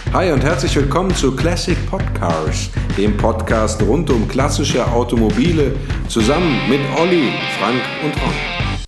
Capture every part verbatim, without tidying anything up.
Hi und herzlich willkommen zu Classic Podcars, dem Podcast rund um klassische Automobile, zusammen mit Olli, Frank und Ron.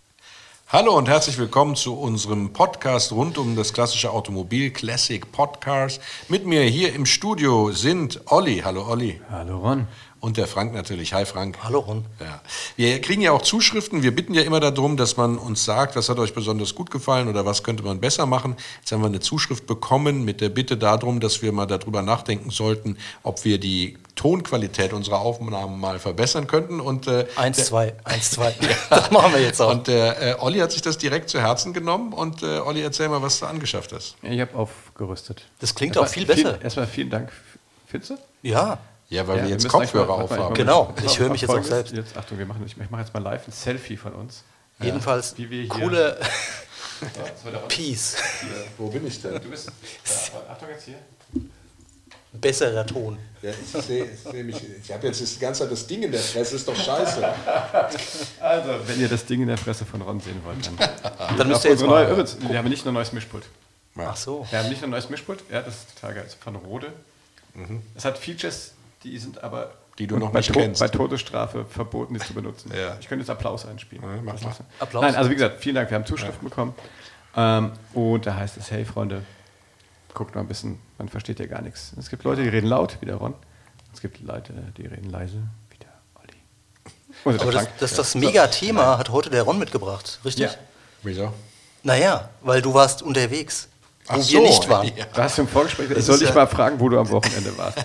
Hallo und herzlich willkommen zu unserem Podcast rund um das klassische Automobil, Classic Podcars. Mit mir hier im Studio sind Olli. Hallo Olli. Hallo Ron. Und der Frank natürlich. Hi Frank. Hallo Ron. Ja. Wir kriegen ja auch Zuschriften. Wir bitten ja immer darum, dass man uns sagt, was hat euch besonders gut gefallen oder was könnte man besser machen. Jetzt haben wir eine Zuschrift bekommen mit der Bitte darum, dass wir mal darüber nachdenken sollten, ob wir die Tonqualität unserer Aufnahmen mal verbessern könnten. Und, äh, eins, zwei, eins, zwei. Das machen wir jetzt auch. Und äh, Olli hat sich das direkt zu Herzen genommen. Und äh, Olli, erzähl mal, was du angeschafft hast. Ich habe aufgerüstet. Das klingt erstmal auch viel besser. Viel, erstmal vielen Dank. Findest du? Ja. Ja, weil ja, wir jetzt wir Kopfhörer mal, aufhaben. Genau, ich höre mich jetzt auch selbst. Jetzt, Achtung, wir machen, ich mache jetzt mal live ein Selfie von uns. Jedenfalls Wie wir hier- coole So, Peace. Wo bin ich denn? Du bist. Ja, Achtung jetzt hier. Besserer Ton. Ja, ich sehe seh mich. Ich habe jetzt die ganze Zeit das Ding in der Fresse, ist doch scheiße. Also, wenn ihr das Ding in der Fresse von Ron sehen wollt, dann. Dann müsst ihr jetzt Unsere mal... neue, übrigens, wir haben nicht nur ein neues Mischpult. Ach so. Wir haben nicht nur ein neues Mischpult. Ja, das ist total geil. Das ist von Rode. Es hat Features, die sind aber. Die du noch bei nicht To- kennst. Bei Todesstrafe verboten, die zu benutzen. Ja. Ich könnte jetzt Applaus einspielen. Ja, mach mal. Applaus. Nein, also wie gesagt, vielen Dank. Wir haben Zuschriften bekommen. Ähm, und da heißt es, hey Freunde, guckt mal ein bisschen, man versteht ja gar nichts. Es gibt Leute, die reden laut, wie der Ron. Es gibt Leute, die reden leise, wie der Olli. Oder der Aber das, Frank. das, das Mega-Thema hat heute der Ron mitgebracht, richtig? Ja. Wieso? Naja, weil du warst unterwegs, wo Ach wir so, nicht waren. ja. Du hast im Vorgespräch, Das soll ist ich ja- mal fragen, wo du am Wochenende warst?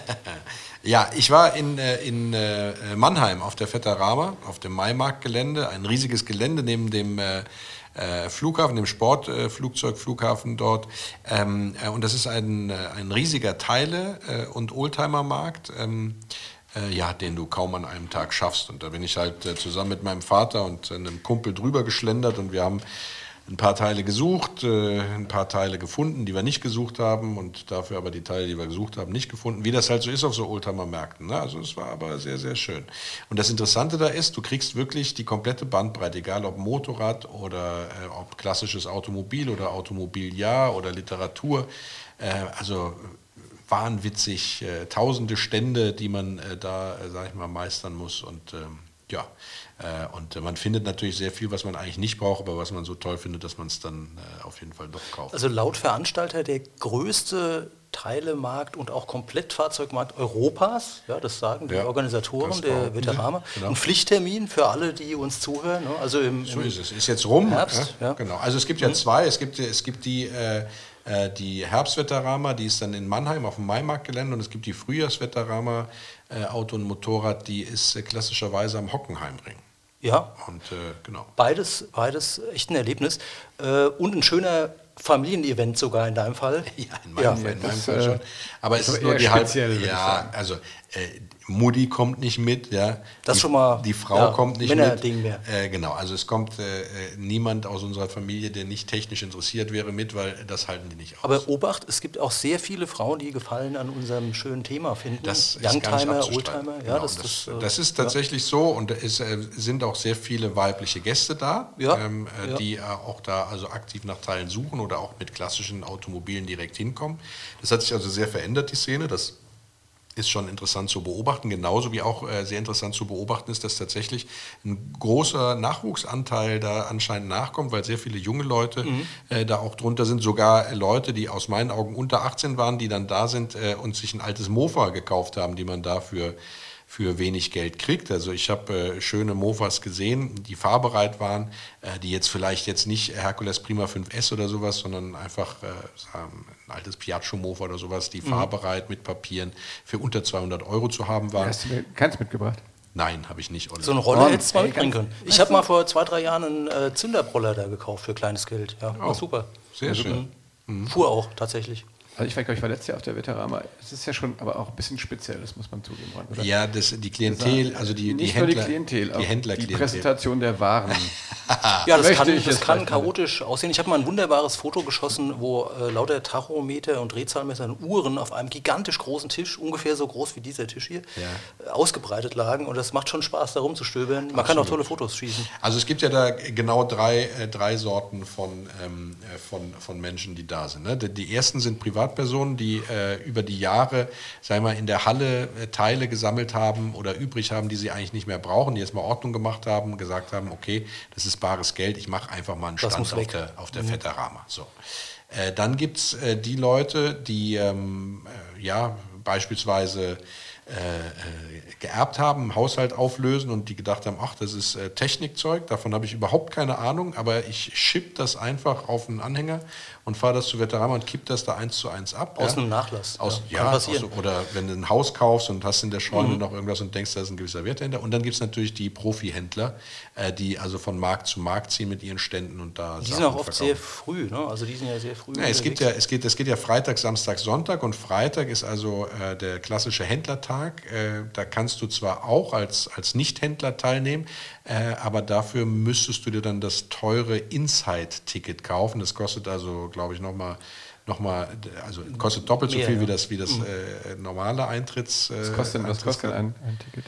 Ja, ich war in, äh, in äh, Mannheim auf der Vetterama, auf dem Maimarktgelände, ein riesiges Gelände neben dem äh, äh, Flughafen, dem Sportflugzeugflughafen äh, dort. Ähm, äh, und das ist ein, äh, ein riesiger Teile- äh, und Oldtimermarkt, ähm, äh, ja, den du kaum an einem Tag schaffst. Und da bin ich halt äh, zusammen mit meinem Vater und äh, einem Kumpel drüber geschlendert und wir haben ein paar Teile gesucht, äh, ein paar Teile gefunden, die wir nicht gesucht haben und dafür aber die Teile, die wir gesucht haben, nicht gefunden, wie das halt so ist auf so Oldtimer-Märkten. Ne? Also es war aber sehr, sehr schön. Und das Interessante da ist, du kriegst wirklich die komplette Bandbreite, egal ob Motorrad oder äh, ob klassisches Automobil oder Automobiljahr oder Literatur. Äh, also wahnwitzig, äh, tausende Stände, die man äh, da, äh, sag ich mal, meistern muss und ähm, ja, äh, und äh, man findet natürlich sehr viel, was man eigentlich nicht braucht, aber was man so toll findet, dass man es dann äh, auf jeden Fall doch kauft. Also laut Veranstalter der größte Teilemarkt und auch Komplettfahrzeugmarkt Europas, ja, das sagen die Ja, Organisatoren das der behaupten sie, Veterama. genau. Ein Pflichttermin für alle, die uns zuhören. Ne? Also im, So im ist es. Ist jetzt rum. Herbst, ja? ja. Genau. Also es gibt ja zwei. Es gibt, es gibt die, äh, äh, die Herbstveterama, die ist dann in Mannheim auf dem Maimarktgelände und es gibt die Frühjahrsveterama äh, Auto und Motorrad, die ist äh, klassischerweise am Hockenheimring. ja, Und äh, genau. beides, beides echt ein Erlebnis. Äh, und ein schöner Familienevent sogar in deinem Fall. Ja, in meinem, Ja, Fall, in meinem das, Fall äh, schon. Aber es ist ist aber nur eher die halbe. speziell, würde ich Ja, sagen. also äh, Mutti kommt nicht mit, ja. Das die, schon mal, Die Frau ja, kommt nicht Männerding mit. mehr. Äh, genau, also es kommt äh, niemand aus unserer Familie, der nicht technisch interessiert wäre, mit, weil das halten die nicht aus. Aber Obacht, es gibt auch sehr viele Frauen, die Gefallen an unserem schönen Thema finden. Das ist gar nicht Youngtimer, abzustreiten. Oldtimer. Genau, Ja, das, das, das, äh, das ist tatsächlich so und es äh, sind auch sehr viele weibliche Gäste da, Ja, ähm, äh, ja. die äh, auch da also aktiv nach Teilen suchen oder auch mit klassischen Automobilen direkt hinkommen. Das hat sich also sehr verändert, die Szene. Das ist schon interessant zu beobachten. Genauso wie auch äh, sehr interessant zu beobachten ist, dass tatsächlich ein großer Nachwuchsanteil da anscheinend nachkommt, weil sehr viele junge Leute Mhm. äh, da auch drunter sind. Sogar äh, Leute, die aus meinen Augen unter achtzehn waren, die dann da sind äh, und sich ein altes Mofa gekauft haben, die man dafür für wenig Geld kriegt. Also ich habe äh, schöne Mofas gesehen, die fahrbereit waren, äh, die jetzt vielleicht jetzt nicht Hercules Prima fünf S oder sowas, sondern einfach äh, sagen, ein altes Piaggio-Mofa oder sowas, die fahrbereit mit Papieren für unter zweihundert Euro zu haben waren. Hast du mir keins mitgebracht? Nein, habe ich nicht, Olli. So eine Rolle Ron, hättest du mal ey, mitbringen ganz- können. Ich habe mal vor zwei, drei Jahren einen äh, Zünderroller da gekauft für kleines Geld. Ja, war Oh, super. Sehr schön. Fuhr auch tatsächlich. Also ich war, glaube ich, war letztes Jahr auf der Veterama. Es ist ja schon aber auch ein bisschen speziell, das muss man zugeben. Ron, oder? Ja, das, die Klientel, also die, die Nicht Händler, nur die Klientel, auch die die Händlerklientel. Präsentation der Waren. Ja, das Möchte kann, ich das jetzt kann gleich mal. chaotisch aussehen. Ich habe mal ein wunderbares Foto geschossen, wo äh, lauter Tachometer und Drehzahlmesser und Uhren auf einem gigantisch großen Tisch, ungefähr so groß wie dieser Tisch hier, Ja. äh, ausgebreitet lagen. Und das macht schon Spaß, da rumzustöbern. Man kann auch tolle Fotos schießen. Also es gibt ja da genau drei, äh, drei Sorten von, ähm, äh, von, von Menschen, die da sind. Ne? Die, die ersten sind Privatpersonen, die äh, über die Jahre, sagen wir mal, in der Halle äh, Teile gesammelt haben oder übrig haben, die sie eigentlich nicht mehr brauchen, die jetzt mal Ordnung gemacht haben, gesagt haben, okay, das ist bares Geld, ich mache einfach mal einen Das Stand muss auf weg. der, auf der Fettarama. So. Äh, dann gibt es äh, die Leute, die ähm, äh, ja beispielsweise Äh, äh, geerbt haben, einen Haushalt auflösen und die gedacht haben, ach, das ist äh, Technikzeug, davon habe ich überhaupt keine Ahnung, aber ich schipp das einfach auf einen Anhänger und fahre das zu Veterama und kipp das da eins zu eins ab. Aus ja. einem Nachlass. Aus, ja, ja, kann aus, passieren. oder wenn du ein Haus kaufst und hast in der Scheune Mhm. noch irgendwas und denkst, da ist ein gewisser Wert dahinter. Und dann gibt es natürlich die Profihändler, äh, die also von Markt zu Markt ziehen mit ihren Ständen und da Die Sachen sind auch oft verkaufen. sehr früh, ne? Also die sind ja sehr früh. Ja, es gibt ja, unterwegs. es geht, es geht ja Freitag, Samstag, Sonntag und Freitag ist also äh, der klassische Händlertag. Äh, da kannst du zwar auch als, als Nicht-Händler teilnehmen, äh, aber dafür müsstest du dir dann das teure Inside-Ticket kaufen. Das kostet also, glaube ich, nochmal, noch mal, also kostet doppelt so Mehr, viel ja. wie das, wie das äh, normale Eintritts. Äh, Was kostet, denn- was kostet denn Eintrittskarten. ein, ein Ticket?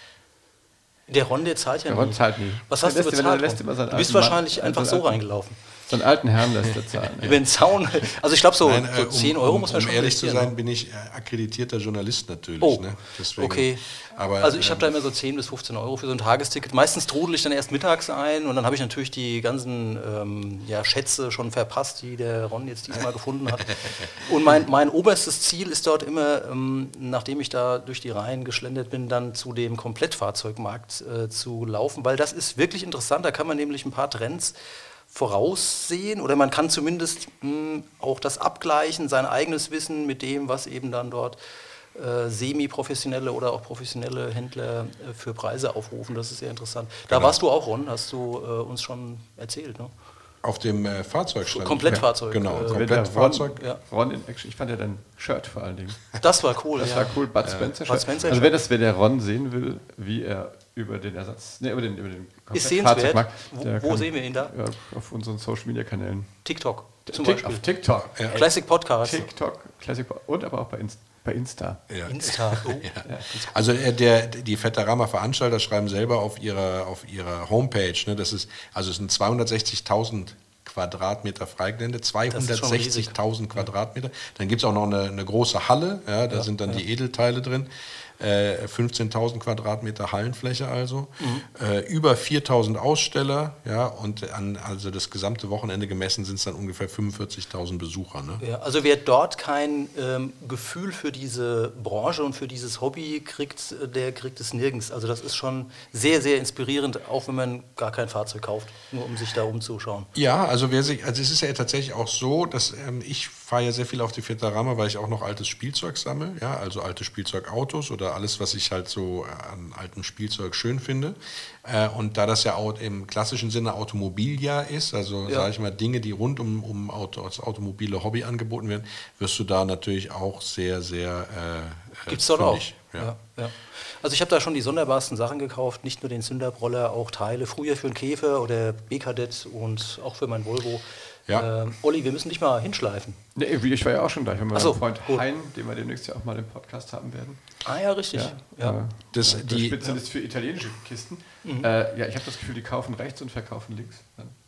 Der Ron, der zahlt ja Der Ron nie. zahlt nie. Was hast Der du lässt- bezahlt? der lässt Ron? immer seinen Du bist alten Mann- wahrscheinlich also einfach seinen so alten- reingelaufen. So einen alten Herrn lässt er zahlen. Über den Zaun. Also ich glaube so, Nein, so äh, um, zehn Euro um, muss man um schon ehrlich zu investieren, sein, ne? bin ich äh, akkreditierter Journalist natürlich. Oh, ne? Deswegen, okay. Aber, Also ich habe da ähm, immer so zehn bis fünfzehn Euro für so ein Tagesticket. Meistens trudel ich dann erst mittags ein und dann habe ich natürlich die ganzen ähm, ja, Schätze schon verpasst, die der Ron jetzt diesmal gefunden hat. Und mein, mein oberstes Ziel ist dort immer, ähm, nachdem ich da durch die Reihen geschlendert bin, dann zu dem Komplettfahrzeugmarkt äh, zu laufen, weil das ist wirklich interessant. Da kann man nämlich ein paar Trends voraussehen oder man kann zumindest mh, auch das abgleichen, sein eigenes Wissen mit dem, was eben dann dort äh, semi-professionelle oder auch professionelle Händler äh, für Preise aufrufen. Das ist sehr interessant. Da Genau. warst du auch, Ron, hast du äh, uns schon erzählt, ne? auf dem äh, Fahrzeug stand. Komplettfahrzeug, Ja, genau, äh, Komplettfahrzeug. Ja. Ron in Action. Ich fand ja dein Shirt vor allen Dingen. Das war cool. Das ja. war cool, Bud Spencer. Bud Spencer also Shirt. wer das, wer der Ron sehen will, wie er über den Ersatz, ne, über den, über den Ist sehenswert. Fahrzeugmarkt, Wo, der wo kann- sehen wir ihn da? Ja, auf unseren Social Media Kanälen. TikTok zum Tik- Beispiel. Auf TikTok. Ja. Classic Podcast. TikTok, Classic und aber auch bei, Inst bei Insta. Ja. Insta. Oh. Ja. Also äh, der, die Fettarama-Veranstalter schreiben selber auf ihrer, auf ihrer Homepage, ne, das ist, also es sind zweihundertsechzigtausend Quadratmeter Freigelände, zweihundertsechzigtausend Quadratmeter. Dann gibt es auch noch eine, eine große Halle, ja, da Ja, sind dann ja. die Edelteile drin. Äh, fünfzehntausend Quadratmeter Hallenfläche also, Mhm. äh, über viertausend Aussteller, ja, und an, also das gesamte Wochenende gemessen sind es dann ungefähr fünfundvierzigtausend Besucher. Ne? Ja, also wer dort kein ähm, Gefühl für diese Branche und für dieses Hobby kriegt, äh, der kriegt es nirgends. Also das ist schon sehr, sehr inspirierend, auch wenn man gar kein Fahrzeug kauft, nur um sich da umzuschauen. Ja, also wer sich, also es ist ja tatsächlich auch so, dass ähm, ich fahre ja sehr viel auf die Fettarama, weil ich auch noch altes Spielzeug sammle, ja, also alte Spielzeugautos oder alles, was ich halt so an altem Spielzeug schön finde. Äh, und da das ja auch im klassischen Sinne Automobiljahr ist, also Ja. sage ich mal Dinge, die rund um, um Auto, das automobile Hobby angeboten werden, wirst du da natürlich auch sehr, sehr äh, Gibt es dort auch. fündig, Ja. Ja, ja. Also ich habe da schon die sonderbarsten Sachen gekauft, nicht nur den Zünderbroller, auch Teile, früher für den Käfer oder B-Kadett und auch für mein Volvo. Ja. Ähm, Olli, wir müssen dich mal hinschleifen. Nee, ich war ja auch schon da. Ich habe mit Ach so, meinem Freund gut. Hein, den wir demnächst ja auch mal im Podcast haben werden. Ah ja, richtig. Ja. äh, Das- der die- Spezialist für italienische Kisten. Mhm. Äh, ja, ich habe das Gefühl, die kaufen rechts und verkaufen links.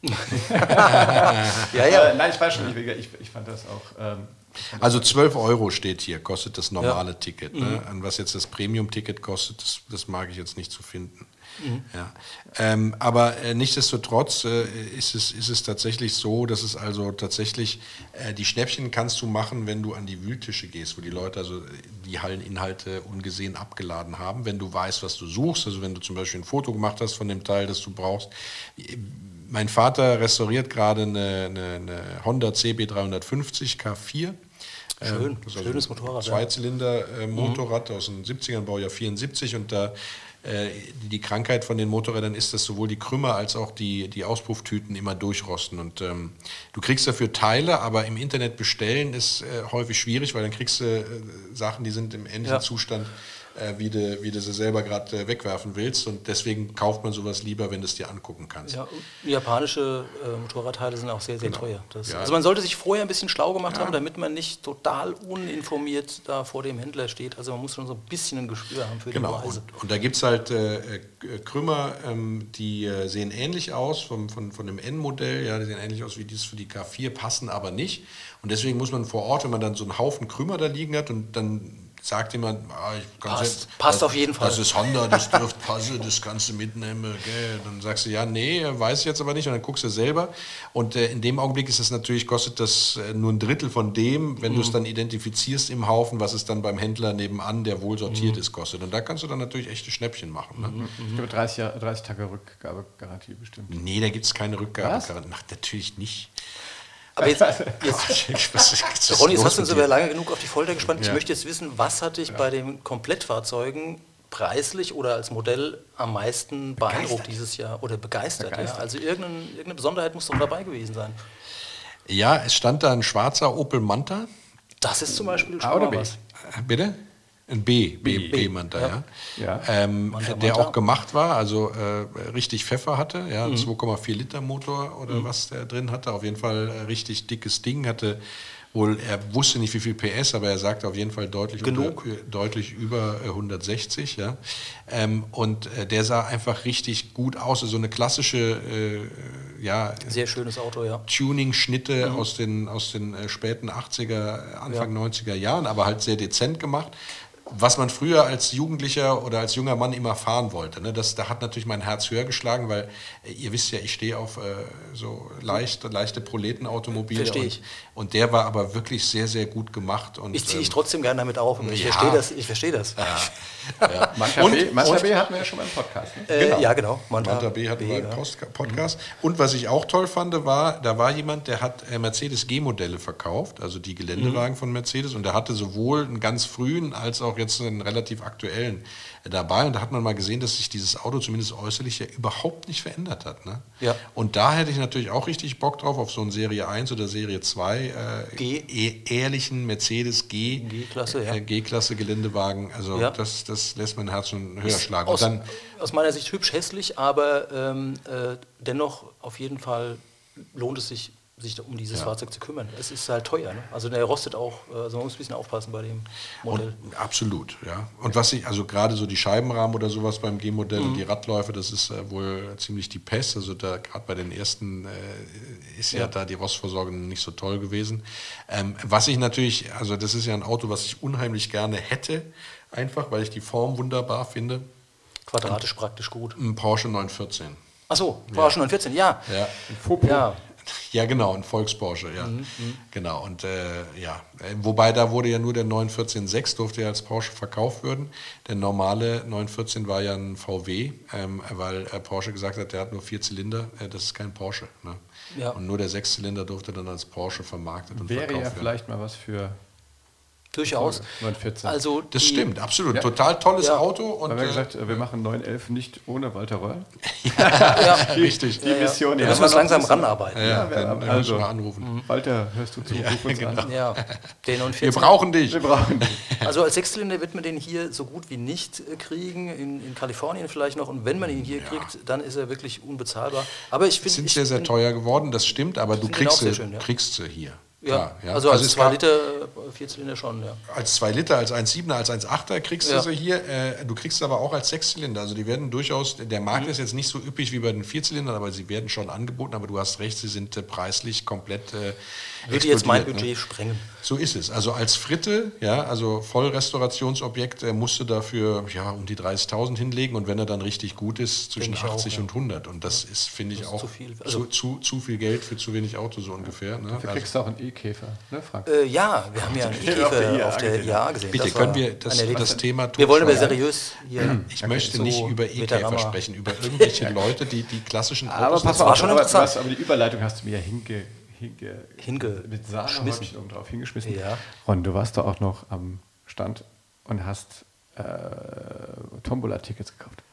Ja, ja. Äh, nein, ich weiß schon nicht. Ich, ich fand das auch. Ähm, Also zwölf Euro steht hier, kostet das normale Ja. Mhm. Ticket. Ne? An was jetzt das Premium-Ticket kostet, das, das mag ich jetzt nicht zu finden. Mhm. Ja. Ähm, aber äh, nichtsdestotrotz äh, ist, es, ist es tatsächlich so, dass es also tatsächlich, äh, die Schnäppchen kannst du machen, wenn du an die Wühltische gehst, wo die Leute also die Halleninhalte ungesehen abgeladen haben, wenn du weißt, was du suchst, also wenn du zum Beispiel ein Foto gemacht hast von dem Teil, das du brauchst. Mein Vater restauriert gerade eine, eine, eine Honda C B dreihundertfünfzig K vier. Schön, Ähm, das ist also schönes ein Motorrad, ja. Zweizylinder-Motorrad aus den siebzigern, Baujahr vierundsiebzig, und da äh, die Krankheit von den Motorrädern ist, dass sowohl die Krümmer als auch die, die Auspufftüten immer durchrosten. Und ähm, du kriegst dafür Teile, aber im Internet bestellen ist äh, häufig schwierig, weil dann kriegst du äh, Sachen, die sind im ähnlichen Ja. Zustand äh, wie du wie du sie selber gerade äh, wegwerfen willst. Und deswegen kauft man sowas lieber, wenn du es dir angucken kannst. Ja, japanische äh, Motorradteile sind auch sehr, sehr Genau. teuer. Das, Ja. Also man sollte sich vorher ein bisschen schlau gemacht Ja. haben, damit man nicht total uninformiert da vor dem Händler steht. Also man muss schon so ein bisschen ein Gespür haben für Genau, die Preise. und, und da gibt es halt äh, äh, Krümmer, ähm, die äh, sehen ähnlich aus vom, von, von dem N-Modell, ja, die sehen ähnlich aus wie dieses für die K vier, passen aber nicht. Und deswegen muss man vor Ort, wenn man dann so einen Haufen Krümmer da liegen hat und dann sagt jemand, ah, ich kann Passt. jetzt, Passt das, auf jeden Fall. Das ist Honda, das dürfte passen, das kannst du mitnehmen. Gell? Dann sagst du, ja, nee, weiß ich jetzt aber nicht. Und dann guckst du selber. Und äh, in dem Augenblick ist es natürlich, kostet das äh, nur ein Drittel von dem, wenn mhm. du es dann identifizierst im Haufen, was es dann beim Händler nebenan, der wohl sortiert mhm. ist, kostet. Und da kannst du dann natürlich echte Schnäppchen machen. Ne? Mhm. Ich glaube, dreißig, dreißig Tage Rückgabegarantie bestimmt. Nee, da gibt es keine Rückgabegarantie. Ach, natürlich nicht. Aber jetzt, jetzt was, Ronny, jetzt hast du uns aber lange genug auf die Folter gespannt. Ja. Ich möchte jetzt wissen, was hat dich ja. bei den Komplettfahrzeugen preislich oder als Modell am meisten beeindruckt begeistert. dieses Jahr oder begeistert? begeistert. Ja? Also irgendeine, irgendeine Besonderheit muss doch dabei gewesen sein. Ja, es stand da ein schwarzer Opel Manta. Das ist zum Beispiel schon A oder mal B? was. Bitte? Ein B, B, B, B Manta, ja. ja. ja. Ähm, Manta, der Manta. auch gemacht war, also äh, richtig Pfeffer hatte, ja, mhm. zwei Komma vier Liter Motor oder mhm. was der drin hatte. Auf jeden Fall äh, richtig dickes Ding, hatte wohl, er wusste nicht wie viel P S, aber er sagte auf jeden Fall deutlich, Genug. Unter, deutlich über äh, hundertsechzig, ja. Ähm, und äh, der sah einfach richtig gut aus, so eine klassische, äh, ja. Sehr schönes Auto, ja. Tuning-Schnitte Mhm. aus den, aus den äh, späten achtziger, Anfang Ja. neunziger Jahren, aber halt sehr dezent gemacht. Was man früher als Jugendlicher oder als junger Mann immer fahren wollte. Ne? Das, da hat natürlich mein Herz höher geschlagen, weil äh, ihr wisst ja, ich stehe auf äh, so leicht, leichte Proletenautomobile. Verstehe und, ich. und der war aber wirklich sehr, sehr gut gemacht. Und, Ich ziehe dich ähm, trotzdem gerne damit auf. Ich ja. verstehe das. Ich verstehe das. Ja. Ja. Manta Und- B, Manta und- B hatten wir ja schon mal im Podcast. Ne? Äh, Genau. Ja, genau. Manta B hatten wir ja. einen Post- Podcast. Und was ich auch toll fand, war, da war jemand, der hat äh, Mercedes G-Modelle verkauft, also die Geländewagen Mhm. von Mercedes. Und der hatte sowohl einen ganz frühen als auch jetzt einen relativ aktuellen äh, dabei. Und da hat man mal gesehen, dass sich dieses Auto zumindest äußerlich ja überhaupt nicht verändert hat. Ne? Ja. Und da hätte ich natürlich auch richtig Bock drauf, auf so einen Serie eins oder Serie zwei äh, G. e ehrlichen Mercedes G, G-Klasse, ja. äh, G-Klasse Geländewagen. Also Ja. das, das lässt mein Herz schon höher schlagen. Aus, Und dann, aus meiner Sicht hübsch hässlich, aber ähm, äh, dennoch auf jeden Fall lohnt es sich, sich um dieses Ja. Fahrzeug zu kümmern. Es ist halt teuer. Ne? Also der rostet auch, äh, also man muss ein bisschen aufpassen bei dem Modell. Und, absolut, ja. Und was ich, also gerade so die Scheibenrahmen oder sowas beim G-Modell Mhm. und die Radläufe, das ist äh, wohl ziemlich die Pest. Also da gerade bei den ersten äh, ist ja, Ja. da die Rostversorgung nicht so toll gewesen. Ähm, was ich natürlich, also das ist ja ein Auto, was ich unheimlich gerne hätte, einfach weil ich die Form wunderbar finde. Quadratisch praktisch gut. Ein Porsche neun vierzehn. Achso, Porsche neun vierzehn, ja. Ja. Ja. Ja, genau, ein Volks-Porsche, ja. Genau, und äh, ja, äh, wobei da wurde ja nur der neun vierzehn sechs durfte ja als Porsche verkauft werden. Der normale neun vierzehn war ja ein V W, ähm, weil äh, Porsche gesagt hat, der hat nur vier Zylinder, äh, das ist kein Porsche. Ne? Ja. Und nur der Sechszylinder durfte dann als Porsche vermarktet und Wäre verkauft ja werden. vielleicht mal was für Durchaus. neun vierzehn. Also Das die- stimmt, absolut. Ja. Total tolles Ja. Auto. Und Und, haben wir äh, gesagt, wir machen neun elf nicht ohne Walter Röll. Ja, richtig. Die Mission, da ja. müssen wir uns langsam ranarbeiten. Ja, Ja, dann, wer- dann also- müssen wir anrufen. Walter, hörst du zu? Ruf uns an. Ja, der neun Wir vierzehn. brauchen dich. Wir brauchen dich. Also als Sechszylinder wird man den hier so gut wie nicht äh, kriegen, in, in Kalifornien vielleicht noch. Und wenn man ihn hier kriegt, dann ist er wirklich unbezahlbar. Aber ich finde, Sind ich sehr, sehr bin- teuer geworden, das stimmt, aber du Finden den kriegst auch sehr sie, schön, ja. kriegst sie hier. Ja, Klar, ja. also als es zwei gab- Liter äh, Vierzylinder schon, ja. Als zwei Liter, als eins Komma siebener, als eins Komma achter kriegst Ja. du sie hier. Äh, du kriegst sie aber auch als Sechszylinder. Also die werden durchaus, der Markt Mhm. ist jetzt nicht so üppig wie bei den Vierzylindern, aber sie werden schon angeboten. Aber du hast recht, sie sind äh, preislich komplett äh, Würde jetzt mein explodiert, Budget ne? sprengen. So ist es. Also als Fritte, ja, also Vollrestaurationsobjekt, äh, musst du dafür ja, um die dreißigtausend hinlegen und wenn er dann richtig gut ist, zwischen Denke ich auch, achtzig ja. und hundert. Und das ist, finde ich, Das ist auch zu viel. zu, Also- zu, zu viel Geld für zu wenig Auto, so ungefähr. Ne? Dafür Also, kriegst du auch einen E-Käfer, ne Frank? Äh, ja, wir haben ja einen Ich hab auf der I A E-Käfer auf der gesehen. I A gesehen. bitte, Das können war wir das, ein Erlebnis. das Thema Wir wollen aber totschlagen? seriös hier. Ich möchte nicht so über mit der E-Käfer Rammer. sprechen, über irgendwelche Leute, die die klassischen Aber Autos... pass war mal auf, schon aber, interessant. was, aber die Überleitung hast du mir ja hinge, hinge, Hinge- mit Sahne schmissen. häufig oben drauf hingeschmissen. Ja. Ron, du warst doch auch noch am Stand und hast äh, Tombola-Tickets gekauft.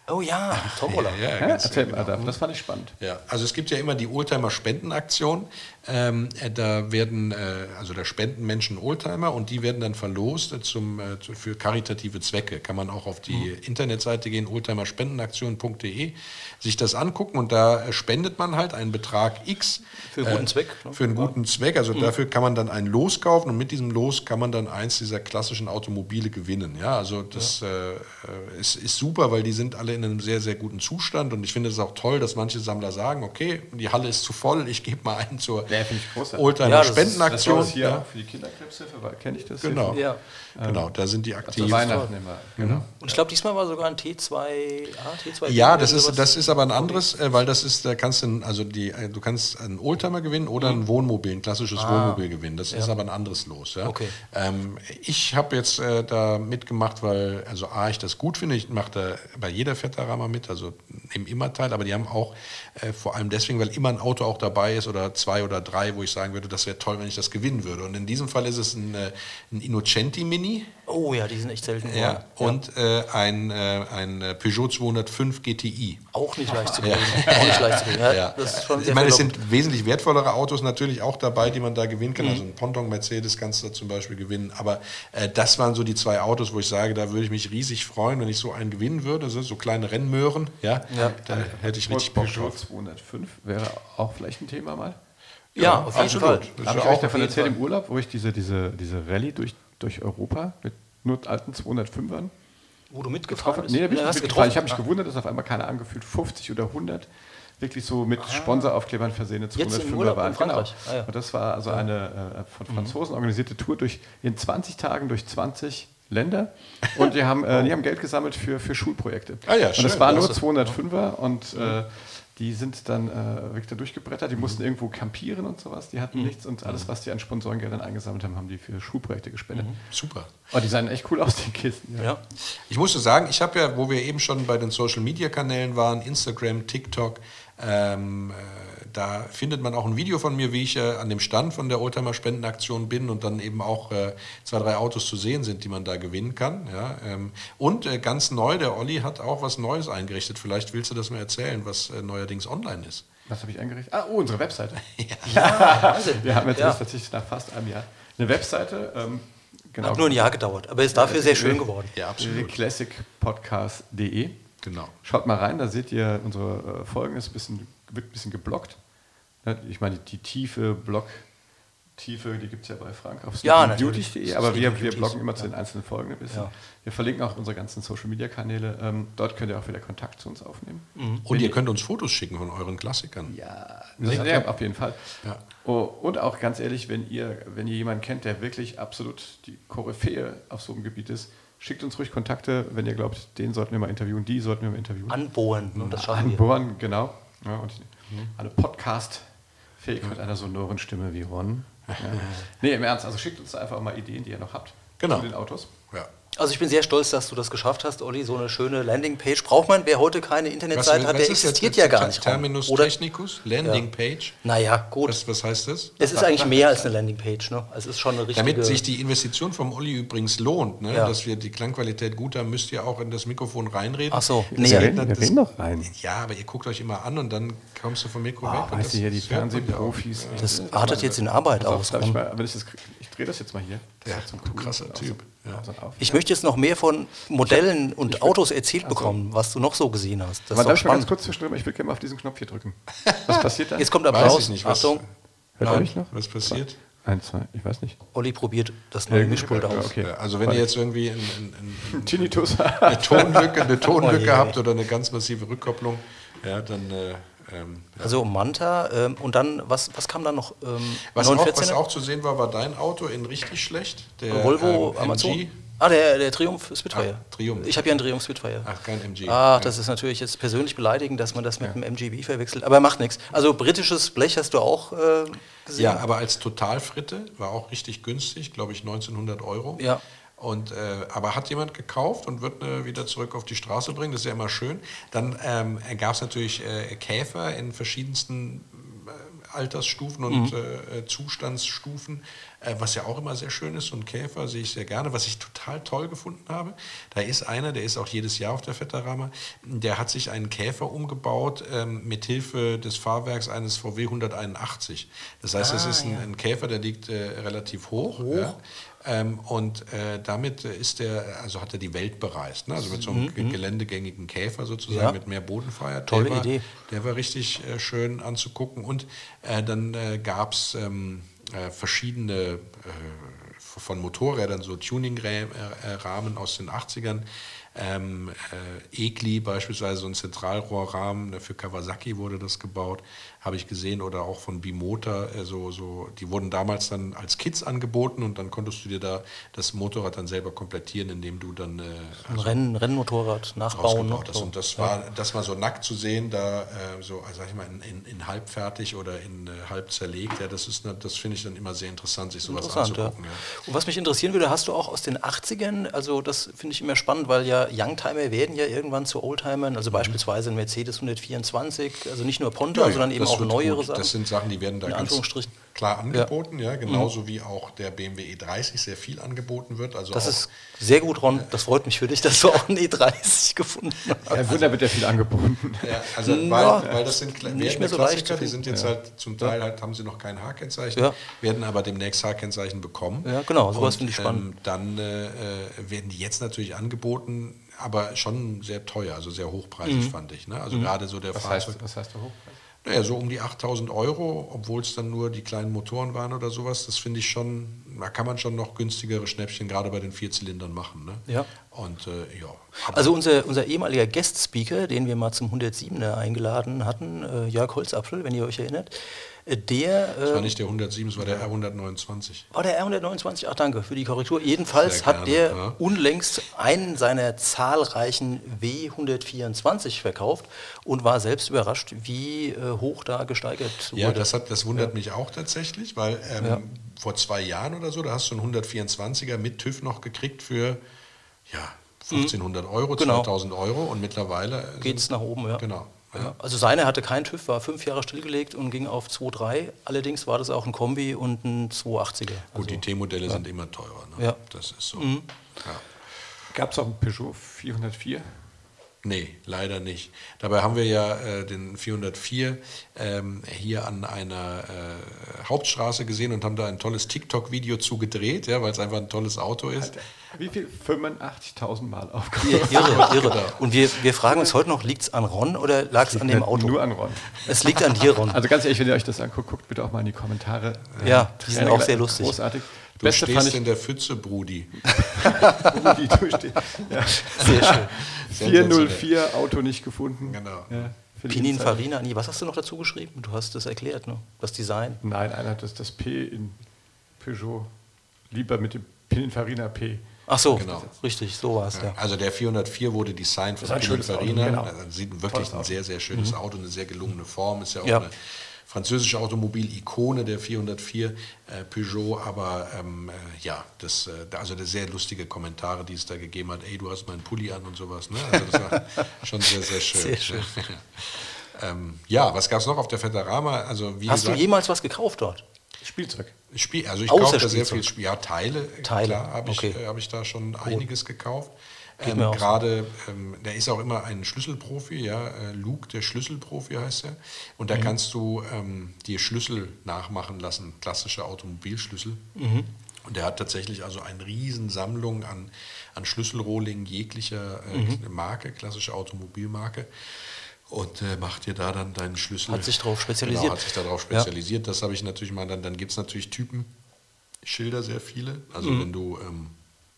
Oh ja, Tombola. Ja, ja, Ja, ganz erzähl genau. mal, Adolf, das fand ich spannend. Ja, also es gibt ja immer die Oldtimer-Spendenaktion. Ähm, äh, da werden, äh, also da spenden Menschen Oldtimer und die werden dann verlost äh, zum, äh, zu- für karitative Zwecke. Kann man auch auf die Mhm. Internetseite gehen, oldtimerspendenaktion punkt de, sich das angucken und da äh, spendet man halt einen Betrag X. Für einen guten äh, Zweck, ne? Für einen guten Zweck. Also dafür kann man dann ein Los kaufen und mit diesem Los kann man dann eins dieser klassischen Automobile gewinnen. Ja, also das äh, äh, ist, ist super, weil die sind alle in einem sehr, sehr guten Zustand und ich finde es auch toll, dass manche Sammler sagen, okay, die Halle ist zu voll, ich gebe mal einen zur Ja, finde ich großartig. Oldtimer Ja, das ist- Spendenaktion. Das war das hier ja. auch für die Kinderkrebshilfe, kenne ich das? Genau. Hier? Ja. Genau, da sind die Zu aktiv. Weihnachten immer. Genau. Und ich glaube, diesmal war sogar ein T zwei A, T zwei B. Ja, das oder ist, sowas. das ist aber ein anderes, äh, weil das ist, da kannst du, also die, äh, du kannst einen Oldtimer gewinnen oder ein Wohnmobil, ein klassisches Wohnmobil gewinnen. Das ist aber ein anderes Los. Ja. Okay. Ähm, ich habe jetzt äh, da mitgemacht, weil, also A, ich das gut finde, ich mache da bei jeder Fettarama mit, also nehme immer teil, aber die haben auch äh, vor allem deswegen, weil immer ein Auto auch dabei ist oder zwei oder drei, wo ich sagen würde, das wäre toll, wenn ich das gewinnen würde. Und in diesem Fall ist es ein, äh, ein Innocenti Mini. Oh ja, die sind echt selten Ja, geworden. und äh, ein, äh, ein äh, Peugeot zweihundertfünf G T I. Auch nicht leicht zu kriegen. Auch nicht leicht zu kriegen. Ja, Ja. Das ist schon Ich sehr meine, es verlockend. sind wesentlich wertvollere Autos natürlich auch dabei, die man da gewinnen Mhm. kann. Also ein Ponton Mercedes kannst du da zum Beispiel gewinnen. Aber äh, das waren so die zwei Autos, wo ich sage, da würde ich mich riesig freuen, wenn ich so einen gewinnen würde. So, so kleine Rennmöhren. Ja, Ja. da hätte ich richtig Bock Peugeot drauf. zweihundertfünf wäre auch vielleicht ein Thema mal. Ja, auf jeden absolut. Fall. Das Habe ist ich euch auch davon jeden erzählt Fall. im Urlaub, wo ich diese, diese, diese Rallye durch, durch Europa mit nur alten zweihundertfünfern Wo du mitgefahren getroffen bist. Nee, da bin ich Ja, nicht hast mitgefahren. Ich habe getroffen. mich gewundert, dass auf einmal keine angefühlt fünfzig oder hundert wirklich so mit Sponsoraufklebern versehene im zweihundertfünfer Urlaub waren. in Frankreich. Ah, ja. Und das war also eine äh, von Franzosen organisierte Tour durch in zwanzig Tagen durch zwanzig Länder und die haben, äh, die haben Geld gesammelt für, für Schulprojekte. Ah ja, und schön, das waren nur klasse. zweihundertfünfer und äh, die sind dann äh, wirklich da durchgebrettert, die mussten irgendwo campieren und sowas, die hatten nichts und alles, was die an Sponsorengeldern eingesammelt haben, haben die für Schulprojekte gespendet. Super. Oh, die sahen echt cool aus, die Kisten. Ja. Ich musste sagen, ich habe ja, wo wir eben schon bei den Social-Media-Kanälen waren, Instagram, TikTok, ähm, äh, da findet man auch ein Video von mir, wie ich äh, an dem Stand von der Oldtimer-Spendenaktion bin und dann eben auch äh, zwei, drei Autos zu sehen sind, die man da gewinnen kann. Ja, ähm, und äh, ganz neu, der Olli hat auch was Neues eingerichtet. Vielleicht willst du das mal erzählen, was äh, neuerdings online ist. Was habe ich eingerichtet? Ah, oh, unsere Webseite. Wahnsinn. Wir haben jetzt Ja. erst tatsächlich nach fast einem Jahr eine Webseite. Ähm, genau. Hat nur ein Jahr gedauert, aber ist dafür sehr schön geworden. Ja, w w w punkt classic podcast punkt de. Genau. Schaut mal rein, da seht ihr, unsere äh, Folgen ist ein bisschen, wird ein bisschen geblockt. Ne, Ich meine, die tiefe Blog-Tiefe, die gibt es ja bei Frank auf Ja, sleeping beauty natürlich. punkt de, aber wir, wir Beauties, bloggen immer ja. zu den einzelnen Folgen ein bisschen. Ja. Wir verlinken auch unsere ganzen Social-Media-Kanäle. Ähm, dort könnt ihr auch wieder Kontakt zu uns aufnehmen. Und ihr könnt uns Fotos schicken von euren Klassikern. Ja, ja, auf jeden Fall. Ja. Oh, und auch ganz ehrlich, wenn ihr, wenn ihr jemanden kennt, der wirklich absolut die Koryphäe auf so einem Gebiet ist, schickt uns ruhig Kontakte, wenn ihr glaubt, den sollten wir mal interviewen, die sollten wir mal interviewen. Anbohren, ne, das schaffen wir. Anbohren, genau. Ja, und eine Podcast-Fähigkeit einer sonoren Stimme wie Ron. Ja. Nee, im Ernst, also schickt uns einfach mal Ideen, die ihr noch habt Genau. zu den Autos. Ja. Also ich bin sehr stolz, dass du das geschafft hast, Olli. So eine schöne Landingpage braucht man. Wer heute keine Internetseite hat, der existiert ja gar nicht. Terminus Oder? technicus, Landingpage. Naja, gut. Was, was heißt das? Es ist eigentlich mehr als eine Landingpage. Ne? Es ist schon eine richtige... Damit sich die Investition vom Olli übrigens lohnt, ne? Ja. dass wir die Klangqualität gut haben, müsst ihr auch in das Mikrofon reinreden. Ach so, Das nee. geht reden- dann- wir das- reden doch rein. Ja, aber ihr guckt euch immer an und dann kommst du vom Mikro Oh, weg. und weißt du hier, die das hört man ja auch. Fernsehprofis. Das artet jetzt in Arbeit Pass auf, aus. darf ich Ron. mal, wenn ich das, ich drehe das jetzt mal hier. Das Ja, ist so ein du cooler- krasser auch Typ. So, Ja. so ein Auf- Ich möchte jetzt noch mehr von Modellen und ich will- Autos erzählt bekommen, was du noch so gesehen hast. Das Aber ist darf doch ich mal ganz spannend. kurz zwischendrin, ich will gerne mal auf diesen Knopf hier drücken. Was passiert da? Jetzt kommt Weiß Applaus. ich nicht, was- Achtung, Hört ihr mich noch? Was passiert? Eins, zwei, ich weiß nicht. Olli probiert das neue Mischpult Ja, aus. okay. Ja, also wenn Warte. ihr jetzt irgendwie ein, ein, ein, Tinnitus. eine Tonlücke, eine Tonlücke Oh je. habt oder eine ganz massive Rückkopplung, ja, dann äh, ähm, Also Manta ähm, und dann, was, was kam dann noch? Ähm, was, auch, was neunhundertvierzehner? auch zu sehen war, war dein Auto in richtig schlecht. Der Volvo ähm, Amazon? M G. Ah, der, der Triumph Spitfire. Ah, Triumph. Ich habe ja einen Triumph Spitfire. Ach, kein M G. Ah, das ist natürlich jetzt persönlich beleidigend, dass man das mit einem M G B verwechselt, aber macht nichts. Also britisches Blech hast du auch äh, gesehen? Ja, aber als Totalfritte war auch richtig günstig, glaube ich neunzehnhundert Euro. Ja. Und, äh, aber hat jemand gekauft und wird äh, wieder zurück auf die Straße bringen, das ist ja immer schön. Dann ähm, gab es natürlich äh, Käfer in verschiedensten äh, Altersstufen und mhm. äh, Zustandsstufen, äh, was ja auch immer sehr schön ist. So ein Käfer sehe ich sehr gerne. Was ich total toll gefunden habe, da ist einer, der ist auch jedes Jahr auf der Fettarama, der hat sich einen Käfer umgebaut ähm, mit Hilfe des Fahrwerks eines V W hunderteinundachtzig. Das heißt, es ah, ist ein, ja. ein Käfer, der liegt äh, relativ hoch. hoch. Ja. Ähm, und äh, damit ist der, also hat er die Welt bereist, ne? Also mit so einem mhm. geländegängigen Käfer sozusagen, ja. mit mehr Bodenfreiheit. Tolle der war, Idee. Der war richtig äh, schön anzugucken. Und äh, dann äh, gab es ähm, äh, verschiedene äh, von Motorrädern, so Tuning-Rahmen aus den achtzigern. Ähm, äh, Egli beispielsweise, so ein Zentralrohrrahmen, für Kawasaki wurde das gebaut, habe ich gesehen, oder auch von Bimota, äh, so, so, die wurden damals dann als Kits angeboten und dann konntest du dir da das Motorrad dann selber komplettieren, indem du dann äh, also ein Renn, Rennmotorrad nachbauen. Ne? So. Und das war, das mal so nackt zu sehen, da äh, so, also sag ich mal, in, in, in halb fertig oder in äh, halb zerlegt, ja, das ist, das finde ich dann immer sehr interessant, sich sowas interessant, anzugucken. Ja. Ja. Und was mich interessieren würde, hast du auch aus den achtzigern, also das finde ich immer spannend, weil ja Youngtimer werden ja irgendwann zu Oldtimern, also mhm. beispielsweise ein Mercedes hundertvierundzwanzig, also nicht nur Ponta, ja, ja, sondern eben auch neuere gut. Sachen. Das sind Sachen, die werden da ganz klar angeboten, ja, ja genauso mhm. wie auch der B M W E dreißig sehr viel angeboten wird. Also das auch, ist sehr gut, Ron, das freut mich für dich, dass du auch einen E dreißig gefunden hast. Ja, Wunder wird ja viel angeboten. Ja, also weil, ja, weil das sind nicht mehr so Klassiker, leicht, die sind jetzt ja. halt zum Teil halt, haben sie noch kein H-Kennzeichen, ja. werden aber demnächst H-Kennzeichen bekommen. Ja, genau, sowas finde ich spannend. Ähm, dann äh, werden die jetzt natürlich angeboten, aber schon sehr teuer, also sehr hochpreisig, mhm. fand ich. Ne? Also mhm. gerade so der was Fahrzeug. Heißt, was heißt da hochpreisig? Naja, so um die achttausend Euro, obwohl es dann nur die kleinen Motoren waren oder sowas. Das finde ich schon, da kann man schon noch günstigere Schnäppchen gerade bei den Vierzylindern machen. Ne? Ja. Und äh, ja. Also unser, unser ehemaliger Guest-Speaker, den wir mal zum hundertsiebener eingeladen hatten, äh, Jörg Holzapfel, wenn ihr euch erinnert, der... Das war nicht der hundertsieben, es war der R hundertneunundzwanzig. War der R hundertneunundzwanzig? Ach, danke für die Korrektur. Jedenfalls hat der ja. unlängst einen seiner zahlreichen W hundertvierundzwanzig verkauft und war selbst überrascht, wie äh, hoch da gesteigert wurde. Ja, das, hat, das wundert ja. mich auch tatsächlich, weil ähm, ja. vor zwei Jahren oder so, da hast du einen hundertvierundzwanziger mit TÜV noch gekriegt für ja, fünfzehnhundert Euro, genau. zweitausend Euro und mittlerweile... Geht es nach oben, ja. Genau. Ja, also seine hatte keinen TÜV, war fünf Jahre stillgelegt und ging auf zwei Komma drei. Allerdings war das auch ein Kombi und ein zweihundertachtziger. Gut, also, die T-Modelle ja. sind immer teurer. Ne? Ja. Das ist so. Mhm. Ja. Gab es auch einen Peugeot vierhundertvier? Nee, leider nicht. Dabei haben wir ja äh, den vierhundertvier ähm, hier an einer äh, Hauptstraße gesehen und haben da ein tolles TikTok-Video zu gedreht, ja, weil es einfach ein tolles Auto ist. Alter, wie viel? fünfundachtzigtausend Mal aufgekommen. Irre, irre. Und wir, wir fragen uns heute noch, liegt es an Ron oder lag es an dem Auto? Nur an Ron. Es liegt an dir, Ron. Also ganz ehrlich, wenn ihr euch das anguckt, guckt bitte auch mal in die Kommentare. Ja, die sind auch sehr lustig. Großartig. Du Beste stehst fand ich in der Pfütze, Brudi. Brudi, du stehst. Ja. Sehr schön. vierhundertvier, Auto nicht gefunden. Genau. Ja, Pininfarina, nee, was hast du noch dazu geschrieben? Du hast das erklärt, ne? Das Design. Nein, einer hat das, das P in Peugeot lieber mit dem Pininfarina P. Ach so, genau. Richtig, so war es, ja. ja. Also der vierhundertvier wurde designt von Pininfarina. Genau. Also sieht wirklich ein sehr, sehr schönes mhm. Auto, eine sehr gelungene Form. Ist ja auch ja. eine französische Automobil-Ikone, der vierhundertvier äh, Peugeot, aber ähm, äh, ja, das, äh, also das sehr lustige Kommentare, die es da gegeben hat. Ey, du hast meinen Pulli an und sowas. Ne? Also das war schon sehr, sehr schön. Sehr schön. ähm, ja, was gab es noch auf der Fettarama? Also, wie hast gesagt, du jemals was gekauft dort? Spielzeug. Spiel, also ich Außer kaufe da sehr Spielzeug. viel Spiel. Ja, Teile, Teile. klar, habe ich, Okay. äh, hab ich da schon einiges gekauft. Geht Ähm, mir auch so. Gerade, ähm, der ist auch immer ein Schlüsselprofi, ja, äh, Luke, der Schlüsselprofi heißt er. Und da Mhm. kannst du ähm, dir Schlüssel nachmachen lassen, klassische Automobilschlüssel. Mhm. Und der hat tatsächlich also eine Riesensammlung an, an Schlüsselrohlingen jeglicher äh, Mhm. Marke, klassische Automobilmarke. Und äh, macht dir da dann deinen Schlüssel. Hat sich darauf spezialisiert. Genau, hat sich darauf spezialisiert. Ja. Das habe ich natürlich mal, dann, dann gibt es natürlich Typen, Schilder sehr viele. Also Mhm. wenn du... Ähm,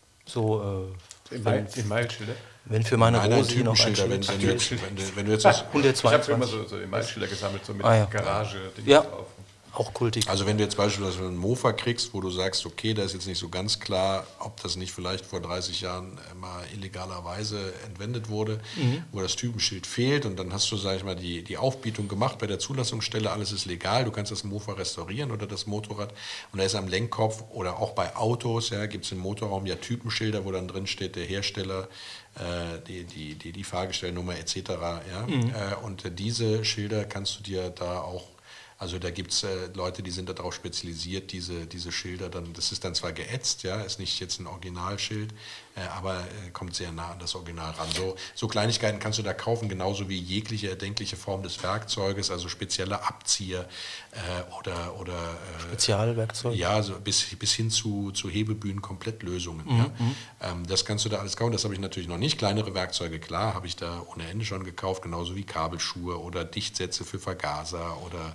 so, äh, In Meilschilder? wenn für meine nein, nein, Rosi noch ein Typenschilder, wenn, Schild wenn, du jetzt, wenn, du, wenn du jetzt was, Ich habe immer hundertzweiundzwanzig. so, so Meilschilder gesammelt, so mit Ah, ja. Garage Ja. drauf. Auch kultig. also wenn du jetzt beispielsweise einen Mofa kriegst, wo du sagst, okay, da ist jetzt nicht so ganz klar, ob das nicht vielleicht vor dreißig Jahren mal illegalerweise entwendet wurde, Mhm. wo das Typenschild fehlt und dann hast du, sag ich mal, die, die Aufbietung gemacht bei der Zulassungsstelle, alles ist legal, du kannst das Mofa restaurieren oder das Motorrad und da ist am Lenkkopf oder auch bei Autos, ja, gibt es im Motorraum ja Typenschilder, wo dann drin steht, der Hersteller, äh, die, die, die, die Fahrgestellnummer et cetera. Ja? Mhm. Äh, und diese Schilder kannst du dir da auch Also da gibt es äh, Leute, die sind darauf spezialisiert, diese, diese Schilder dann, das ist dann zwar geätzt, ja, ist nicht jetzt ein Originalschild, äh, aber äh, kommt sehr nah an das Original ran. So, so Kleinigkeiten kannst du da kaufen, genauso wie jegliche erdenkliche Form des Werkzeuges, also spezielle Abzieher äh, oder, oder äh, Spezialwerkzeug? Ja, so bis, bis hin zu, zu Hebebühnen, Komplettlösungen. Mhm. Ja. Ähm, das kannst du da alles kaufen, das habe ich natürlich noch nicht. Kleinere Werkzeuge, klar, habe ich da ohne Ende schon gekauft, genauso wie Kabelschuhe oder Dichtsätze für Vergaser oder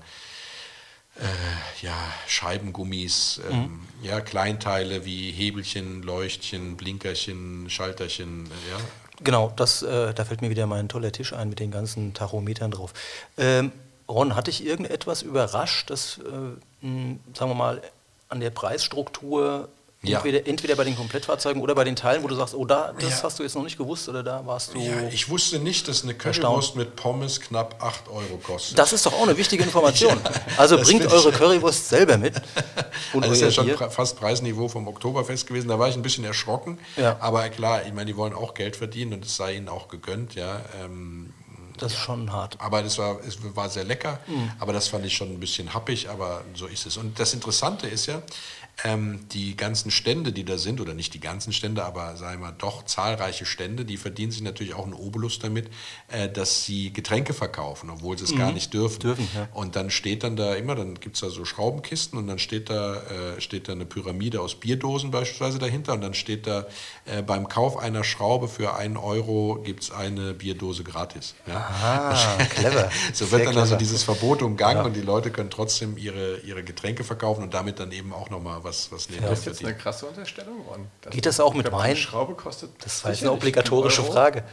Äh, ja, Scheibengummis, ähm, mhm. ja, Kleinteile wie Hebelchen, Leuchtchen, Blinkerchen, Schalterchen, äh, ja. Genau, das, äh, da fällt mir wieder mein toller Tisch ein mit den ganzen Tachometern drauf. Ähm, Ron, hat dich irgendetwas überrascht, dass, äh, mh, sagen wir mal, an der Preisstruktur Ja. Entweder, entweder bei den Komplettfahrzeugen oder bei den Teilen, wo du sagst, oh, da, das ja. hast du jetzt noch nicht gewusst oder da warst du... Ja, ich wusste nicht, dass eine Currywurst mit Pommes knapp acht Euro kostet. Das ist doch auch eine wichtige Information. Ja, also bringt eure Currywurst selber mit. Und also das ist ja schon Bier. Fast Preisniveau vom Oktoberfest gewesen. Da war ich ein bisschen erschrocken. Ja. Aber klar, ich meine, die wollen auch Geld verdienen und es sei ihnen auch gegönnt. Ja. Ähm, das ist schon hart. Aber das war, es war sehr lecker. Mhm. Aber das fand ich schon ein bisschen happig, aber so ist es. Und das Interessante ist ja, Ähm, die ganzen Stände, die da sind, oder nicht die ganzen Stände, aber sagen wir doch zahlreiche Stände, die verdienen sich natürlich auch einen Obolus damit, äh, dass sie Getränke verkaufen, obwohl sie es mhm. gar nicht dürfen. dürfen ja. Und dann steht dann da immer, dann gibt es da so Schraubenkisten und dann steht da, äh, steht da eine Pyramide aus Bierdosen beispielsweise dahinter und dann steht da, äh, beim Kauf einer Schraube für einen Euro gibt es eine Bierdose gratis. Ja? Aha, clever. So wird Sehr dann clever. Also dieses Verbot umgangen ja. und die Leute können trotzdem ihre, ihre Getränke verkaufen und damit dann eben auch nochmal was, was nehmen. Das ist jetzt eine krasse Unterstellung, Ron. Das Geht das auch mit Wein? Schraube kostet das war jetzt eine obligatorische Frage.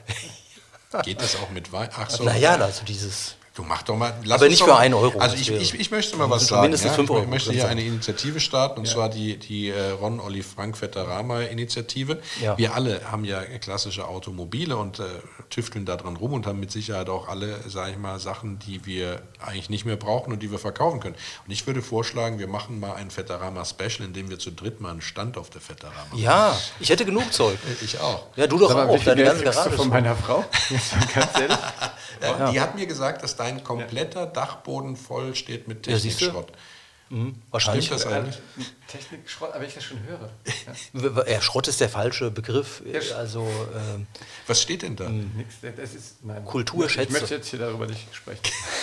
Geht das auch mit Wein? Ach so. Naja, also dieses... Du mach doch mal... Lass aber nicht für einen Euro. Also ich, ich, ich möchte mal was sagen. Mindestens fünf Euro. Ich möchte hier eine Initiative starten, und ja. zwar die, die Ron Olli Frank Fettarama Initiative. Ja. Wir alle haben ja klassische Automobile und äh, tüfteln da dran rum und haben mit Sicherheit auch alle, sage ich mal, Sachen, die wir eigentlich nicht mehr brauchen und die wir verkaufen können. Und ich würde vorschlagen, wir machen mal ein Fettarama Special, in dem wir zu dritt mal einen Stand auf der Fettarama machen. Ja, ich hätte genug Zeug. Ich auch. Ja, du doch auch. Auch. Deine ganze Garage von meiner Frau. Ganz ehrlich. Ja. Die hat mir gesagt, dass dein kompletter Dachboden voll steht mit Technikschrott. Ja, mhm. Wahrscheinlich. Stimmt das eigentlich? Technikschrott, aber ich das schon höre. Ja. Ja, Schrott ist der falsche Begriff. Also, ähm, was steht denn da? Nix, das ist, nein, Kulturschätze. Ich möchte jetzt hier darüber nicht sprechen.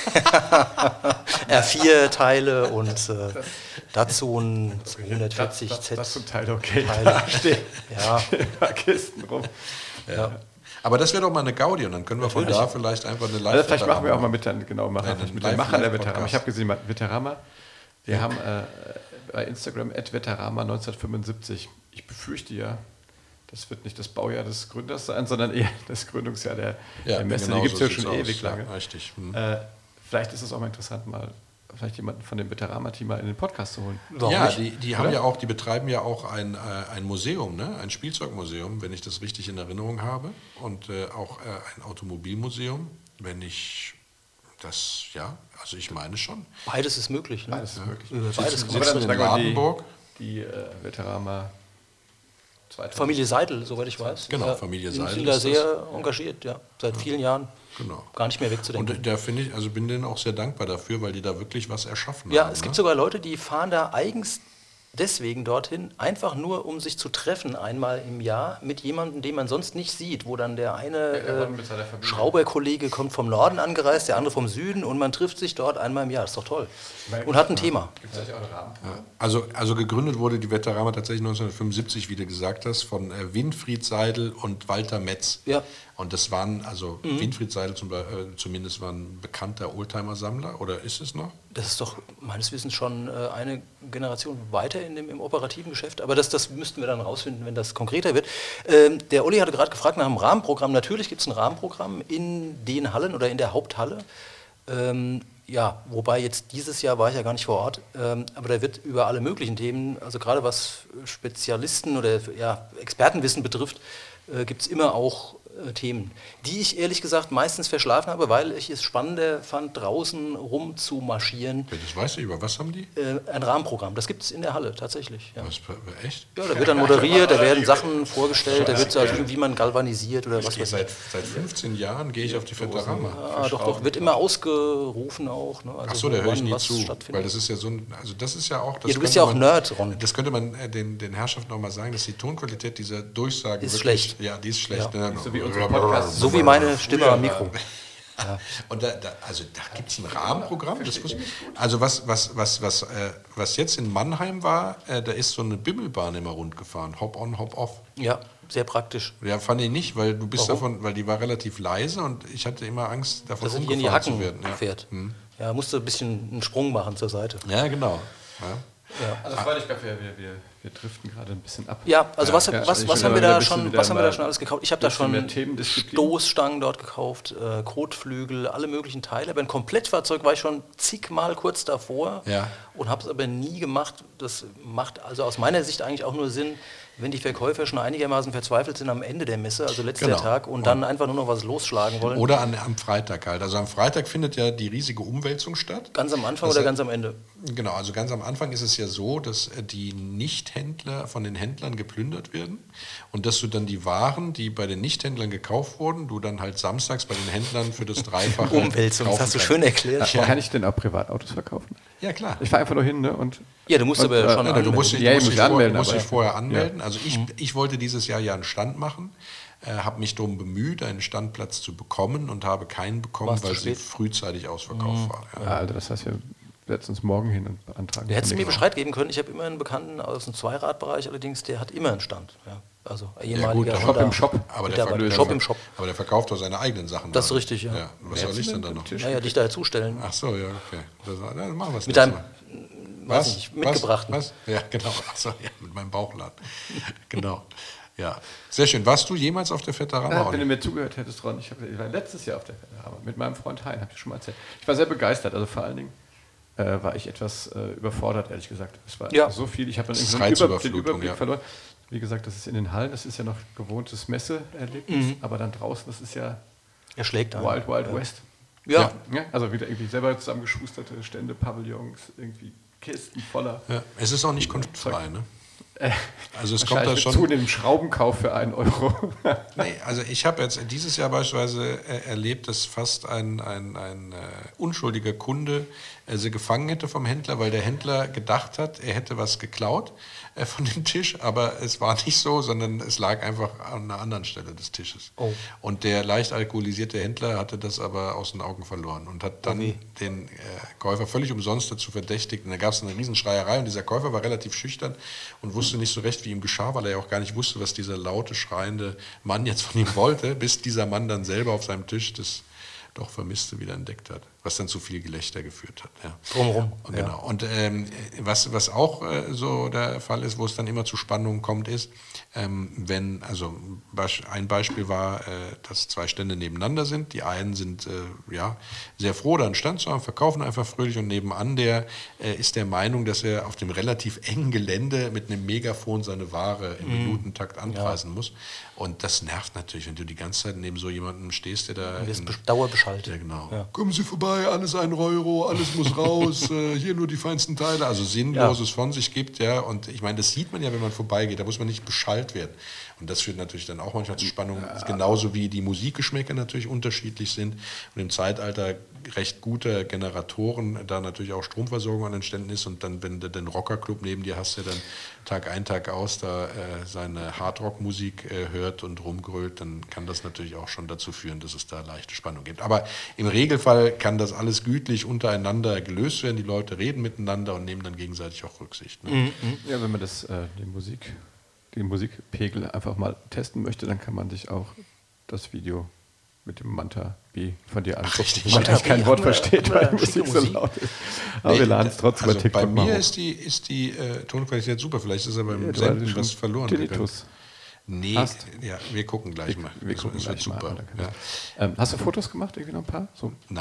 R vier Teile und äh, Datsun zweihundertvierzig das, das, Z. das zum Teil okay. Teile. Da stehen ja. ein Kisten rum. Ja. Ja. Aber das wäre doch mal eine Gaudi und dann können wir Natürlich. von da vielleicht einfach eine live also Vielleicht machen wir auch mal mit, dann, genau, machen Nein, mit den Machern der Veterama. Ich habe gesehen, Veterama, wir ja. haben äh, bei Instagram at Veterama neunzehnhundertfünfundsiebzig. Ich befürchte ja, das wird nicht das Baujahr des Gründers sein, sondern eher das Gründungsjahr der, ja, der Messe. Genau Die gibt es so ja schon aus. ewig lange. Ja, richtig. Hm. Äh, vielleicht ist es auch mal interessant, mal vielleicht jemanden von dem Veterama-Team mal in den Podcast zu holen. Warum ja, nicht? die, die haben ja auch, die betreiben ja auch ein, äh, ein Museum, ne? Ein Spielzeugmuseum, wenn ich das richtig in Erinnerung habe. Und äh, auch äh, ein Automobilmuseum, wenn ich das, ja, also ich meine schon. Beides ist möglich, ne? Beides ist ja. möglich. Ja. Beides sitzen, sitzen in Ladenburg. Die, die äh, Veterama Familie Seidel, soweit ich weiß. Genau, ja, Familie Seidel. Die sind da sehr engagiert, ja, seit ja. vielen Jahren. Genau. Gar nicht mehr wegzudenken. Und da finde ich, also bin denen auch sehr dankbar dafür, weil die da wirklich was erschaffen ja, haben. Ja, es ne? gibt sogar Leute, die fahren da eigens deswegen dorthin, einfach nur, um sich zu treffen einmal im Jahr mit jemandem, den man sonst nicht sieht, wo dann der eine äh, Schrauberkollege kommt vom Norden angereist, der andere vom Süden und man trifft sich dort einmal im Jahr. Das ist doch toll. Und hat ein Thema. Gibt es auch einen Rahmen? Ja. Also, also gegründet wurde die Veterama tatsächlich neunzehnhundertfünfundsiebzig, wie du gesagt hast, von äh, Winfried Seidel und Walter Metz. Ja. Und das waren, also mhm. Winfried Seidel zum, äh, zumindest war ein bekannter Oldtimer-Sammler, oder ist es noch? Das ist doch meines Wissens schon äh, eine Generation weiter in dem, im operativen Geschäft, aber das, das müssten wir dann rausfinden, wenn das konkreter wird. Ähm, der Uli hatte gerade gefragt nach einem Rahmenprogramm. Natürlich gibt es ein Rahmenprogramm in den Hallen oder in der Haupthalle. Ähm, ja, wobei jetzt dieses Jahr war ich ja gar nicht vor Ort, ähm, aber da wird über alle möglichen Themen, also gerade was Spezialisten oder ja, Expertenwissen betrifft, äh, gibt es immer auch äh, Themen, die ich ehrlich gesagt meistens verschlafen habe, weil ich es spannender fand, draußen rum zu marschieren. Ja, das weißt du, über was haben die? Äh, ein Rahmenprogramm, das gibt es in der Halle tatsächlich. Ja. Was, echt? Ja, da wird dann moderiert, da werden Sachen vorgestellt, da wird so, also wie man galvanisiert oder was weiß ich. Seit, seit fünfzehn Jahren gehe ich auf die Fettarama. Ja, doch, doch, wird immer ausgerufen auch. Ne? Also Ach so, da höre ich nie was zu, stattfindet. weil das ist ja so ein, also das ist ja auch... Das Ja, du bist könnte ja auch man- Nerd, Ron. Das könnte man äh, den, den Herrschaften auch mal sagen, dass die Tonqualität dieser Durchsagen Ist wirklich... schlecht. Ja, die ist schlecht. Ja. Ne? So wie unsere Podcasts. So wie meine Stimme am Mikro. Ja. Und da, da, also da gibt es ein Rahmenprogramm. Das wusste, also was, was, was, was, äh, was jetzt in Mannheim war, äh, da ist so eine Bimmelbahn immer rund gefahren. Hop on, hop off. Ja, sehr praktisch. Ja, fand ich nicht, weil du bist Warum? davon, weil die war relativ leise und ich hatte immer Angst, davon Dass er hier in die umgefahren zu Hacken werden. Ja. fährt. Hm. Ja, musste ein bisschen einen Sprung machen zur Seite. Ja, genau. Ja. Also freut dich, wir, wir, wir, wir driften gerade ein bisschen ab. Ja, also was, Ja, was, ich was will haben wir aber da ein bisschen schon, wieder was haben wir da mal schon alles gekauft? Ich habe da bisschen schon mehr Themendisziplin. Stoßstangen dort gekauft, äh, Kotflügel, alle möglichen Teile. Aber ein Komplettfahrzeug war ich schon zigmal kurz davor Ja. und habe es aber nie gemacht. Das macht also aus meiner Sicht eigentlich auch nur Sinn, wenn die Verkäufer schon einigermaßen verzweifelt sind am Ende der Messe, also letzter Genau. Tag, und dann einfach nur noch was losschlagen wollen. Oder an, am Freitag halt. Also am Freitag findet ja die riesige Umwälzung statt. Ganz am Anfang Das oder heißt- ganz am Ende? Genau, also ganz am Anfang ist es ja so, dass äh, die Nichthändler von den Händlern geplündert werden und dass du dann die Waren, die bei den Nichthändlern gekauft wurden, du dann halt samstags bei den Händlern für das Dreifache Umwälzung, das kaufen hast du kannst. schön erklärt. Ja. Kann ich denn auch Privatautos verkaufen? Ja, klar. Ich fahre einfach nur hin, ne? Und Ja, du musst Und, aber äh, schon ja, Ja, du anmelden. musst dich, Ja, du ich musst muss dich, vor, anmelden, du musst aber- dich vorher anmelden. Also ich, ich wollte dieses Jahr ja einen Stand machen, äh, habe mich darum bemüht, einen Standplatz zu bekommen und habe keinen bekommen, Warst du weil sie spät? frühzeitig ausverkauft war. Ja. Ja, also das heißt, wir setzen uns morgen hin und beantragen. Du hättest mir Nichts. Bescheid geben können. Ich habe immer einen Bekannten aus dem Zweiradbereich allerdings, der hat immer einen Stand. Ja, also Ja, ehemaliger gut, Shop Honda- im Shop. Aber der, Mitarbeiter. Ver- Shop der, im Shop. aber der verkauft doch seine eigenen Sachen. Das ist dann. richtig, ja. Was soll ich denn dann noch? Naja, dich da dazustellen. Ach so, ja, okay. Das, dann machen wir es Mit nächstes deinem, Mal. weiß ich nicht, mitgebrachten. Was? was? Ja, genau. Achso, ja, mit meinem Bauchladen. Genau. Ja, sehr schön. Warst du jemals auf der Fettarama? Ja, wenn du mir zugehört hättest, Ron, ich, hab, ich war letztes Jahr auf der Fettarama mit meinem Freund Hein, habe ich schon mal erzählt. Ich war sehr begeistert, also vor allen Dingen äh, war ich etwas äh, überfordert, ehrlich gesagt. Es war Ja. so viel, ich habe dann Das ist irgendwie so einen Über- den Reizüberflutung, Überblick ja. verloren. Wie gesagt, das ist in den Hallen, das ist ja noch gewohntes Messeerlebnis, Mhm. aber dann draußen, das ist ja Er schlägt ein. Wild Wild West. Ja. Ja, also wieder irgendwie selber zusammengeschusterte Stände, Pavillons, irgendwie Kisten voller. Ja, es ist auch nicht konfliktfrei, ne? Also es kommt da Wahrscheinlich schon. mit zunehmendem Schraubenkauf für einen Euro. Nee, also ich habe jetzt dieses Jahr beispielsweise äh, erlebt, dass fast ein, ein, ein äh, unschuldiger Kunde äh, sie gefangen hätte vom Händler, weil der Händler gedacht hat, er hätte was geklaut äh, von dem Tisch, aber es war nicht so, sondern es lag einfach an einer anderen Stelle des Tisches. Oh. Und der leicht alkoholisierte Händler hatte das aber aus den Augen verloren und hat dann weh. den äh, Käufer völlig umsonst dazu verdächtigt. Und da gab es eine Riesenschreierei und dieser Käufer war relativ schüchtern und wusste nicht so recht, wie ihm geschah, weil er ja auch gar nicht wusste, was dieser laute, schreiende Mann jetzt von ihm wollte, bis dieser Mann dann selber auf seinem Tisch das doch Vermisste wieder entdeckt hat, was dann zu viel Gelächter geführt hat. Ja. Drumherum. Und genau. Und ähm, was, was auch äh, so der Fall ist, wo es dann immer zu Spannungen kommt, ist, ähm, wenn, also Beis- ein Beispiel war, äh, dass zwei Stände nebeneinander sind. Die einen sind äh, ja sehr froh, da einen Stand zu haben, verkaufen einfach fröhlich und nebenan der äh, ist der Meinung, dass er auf dem relativ engen Gelände mit einem Megafon seine Ware im Minutentakt anpreisen muss. Und das nervt natürlich, wenn du die ganze Zeit neben so jemandem stehst, der da... Du wirst in- be- dauerbeschaltet. ja, genau. Ja. Kommen Sie vorbei, alles ein Euro, alles muss raus, äh, hier nur die feinsten Teile, also Sinnloses von sich gibt, ja. Und ich meine, das sieht man ja, wenn man vorbeigeht, da muss man nicht beschallt werden. Und das führt natürlich dann auch manchmal zu Spannungen, genauso wie die Musikgeschmäcker natürlich unterschiedlich sind und im Zeitalter recht guter Generatoren da natürlich auch Stromversorgung an den Ständen ist und dann, wenn du den Rockerclub neben dir hast, der dann Tag ein, Tag aus da äh, seine Hardrock-Musik äh, hört und rumgrölt, dann kann das natürlich auch schon dazu führen, dass es da leichte Spannung gibt. Aber im Regelfall kann das alles gütlich untereinander gelöst werden. Die Leute reden miteinander und nehmen dann gegenseitig auch Rücksicht. Ne? Ja, wenn man das, äh, die Musik, den Musikpegel einfach mal testen möchte, dann kann man sich auch das Video mit dem Manta B von dir angucken. richtig. Wo man Manta eigentlich kein B, Wort haben wir- versteht, haben wir weil die schicke Musik so Musik? laut ist. Aber Nee, wir laden es trotzdem also bei TikTok bei mal mir hoch. ist die, ist die äh, Tonqualität super. Vielleicht ist aber beim Ja, du Senden hast schon was verloren gegangen. Tinnitus. Nee, Hast. ja, wir gucken gleich Wir, mal. wir Das- gucken das wird gleich mal. super. an, dann kann Ja. ich- Ähm, hast du Fotos gemacht, irgendwie noch ein paar? So. Nein.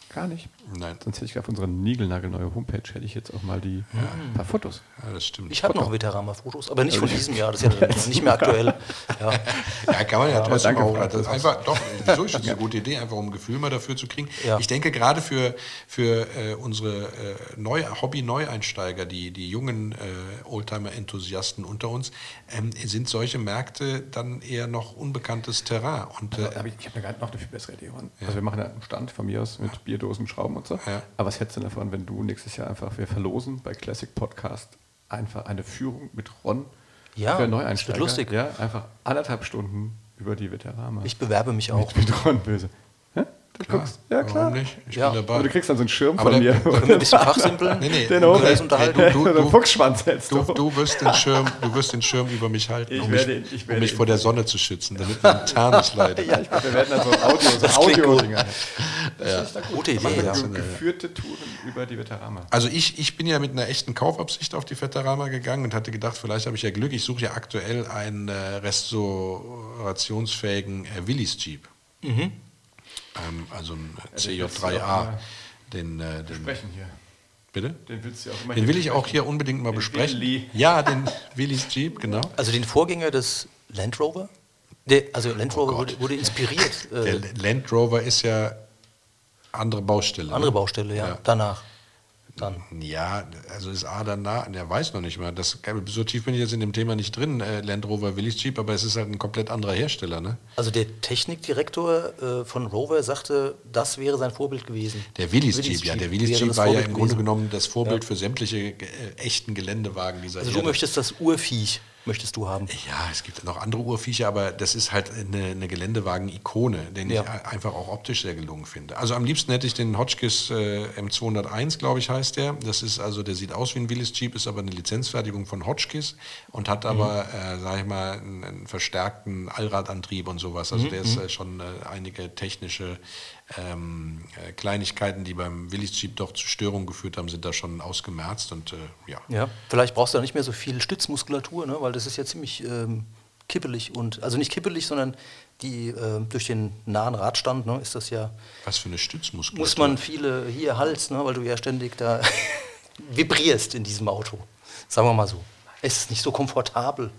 Gar nicht. Nein. Sonst hätte ich auf unserer niegelnagelneue Homepage hätte ich jetzt auch mal die ja. paar Fotos. Ja, das stimmt. Ich habe noch Veterama-Fotos, aber nicht von diesem Jahr. Das ist ja nicht mehr aktuell. Ja, ja kann man ja, ja trotzdem danke, auch. Das ist einfach, doch, wieso ist das eine gute Idee, einfach um ein Gefühl mal dafür zu kriegen. Ja. Ich denke gerade für, für äh, unsere äh, Neu Hobby-Neueinsteiger, die, die jungen äh, Oldtimer-Enthusiasten unter uns, ähm, sind solche Märkte dann eher noch unbekanntes Terrain. Und, äh, also, hab ich ich habe gerade noch eine viel bessere Idee. Ja. Also wir machen ja einen Stand von mir aus mit Bierdosen, Schrauben und so. Ja. Aber was hättest du davon, wenn du nächstes Jahr einfach, wir verlosen bei Classic Podcast einfach eine Führung mit Ron ja, für Neueinsteiger. Das wird lustig. Ja, einfach anderthalb Stunden über die Veterama. Ich bewerbe mich auch. Mit, mit Ron Böse. Ja? Du klar, guckst? Ja, klar. Warum nicht? Ich ja. bin dabei. Aber du kriegst dann so einen Schirm Aber von der, mir. Können wir ein bisschen fachsimpeln? Nee, nee. Den du, hoch. unterhalten. du, du, du, du, Fuchsschwanz hältst du, du. du, wirst den Schirm, du wirst den Schirm über mich halten, Ich um werde mich, ihn- ich um werde mich ihn- vor der Sonne zu schützen, damit mein Tarn nicht leidet. Ja, ich glaube, wir werden dann so Audio, so Das klingt Audio gut. Dinger. Ja. Gute Wir machen Idee, ja. so geführte Touren über die Veterama. Also ich, ich bin ja mit einer echten Kaufabsicht auf die Veterama gegangen und hatte gedacht, vielleicht habe ich ja Glück. Ich suche ja aktuell einen äh, restaurationsfähigen äh, Willys Jeep. Mhm. Ähm, also ein den C J willst du drei auch A. immer Den, äh, den, Sprechen hier. bitte? Den willst du auch immer Den hier will ich auch besprechen. hier unbedingt mal Den besprechen. Willi. Ja, den Willys Jeep, genau. Also den Vorgänger des Land Rover? Der, also Land Rover Oh Gott. wurde, wurde inspiriert. Der Äh, Land Rover ist ja andere Baustelle. andere ne? Baustelle, ja. Ja. Danach. Dann. Ja, also ist A danach, der weiß noch nicht mal. Das, so tief bin ich jetzt in dem Thema nicht drin, äh, Land Rover Willys Jeep, aber es ist halt ein komplett anderer Hersteller. Ne? Also der Technikdirektor äh, von Rover sagte, das wäre sein Vorbild gewesen. Der Willys Willys Jeep, ja, der Jeep Willys wäre Jeep das war ja Vorbild im Grunde gewesen. genommen das Vorbild Ja. für sämtliche äh, echten Geländewagen dieser Also du Erde. möchtest das Urviech, möchtest du haben. Ja, es gibt noch andere Urviecher, aber das ist halt eine, eine Geländewagen-Ikone, den Ja. ich a- einfach auch optisch sehr gelungen finde. Also am liebsten hätte ich den Hotchkiss äh, M zweihunderteins, glaube ich, heißt der. Das ist also, der sieht aus wie ein Willys Jeep, ist aber eine Lizenzfertigung von Hotchkiss und hat aber, äh, sage ich mal, einen, einen verstärkten Allradantrieb und sowas. Also der ist äh, schon äh, einige technische ähm, äh, Kleinigkeiten, die beim Willys Jeep doch zu Störungen geführt haben, sind da schon ausgemerzt und äh, ja. Ja, vielleicht brauchst du da nicht mehr so viel Stützmuskulatur, ne? Weil das ist ja ziemlich ähm, kippelig und, also nicht kippelig, sondern die äh, durch den nahen Radstand, ne, ist das ja, Was für eine Stützmuskulatur. muss man viele, hier Hals, ne, weil du ja ständig da vibrierst in diesem Auto. Sagen wir mal so. Es ist nicht so komfortabel.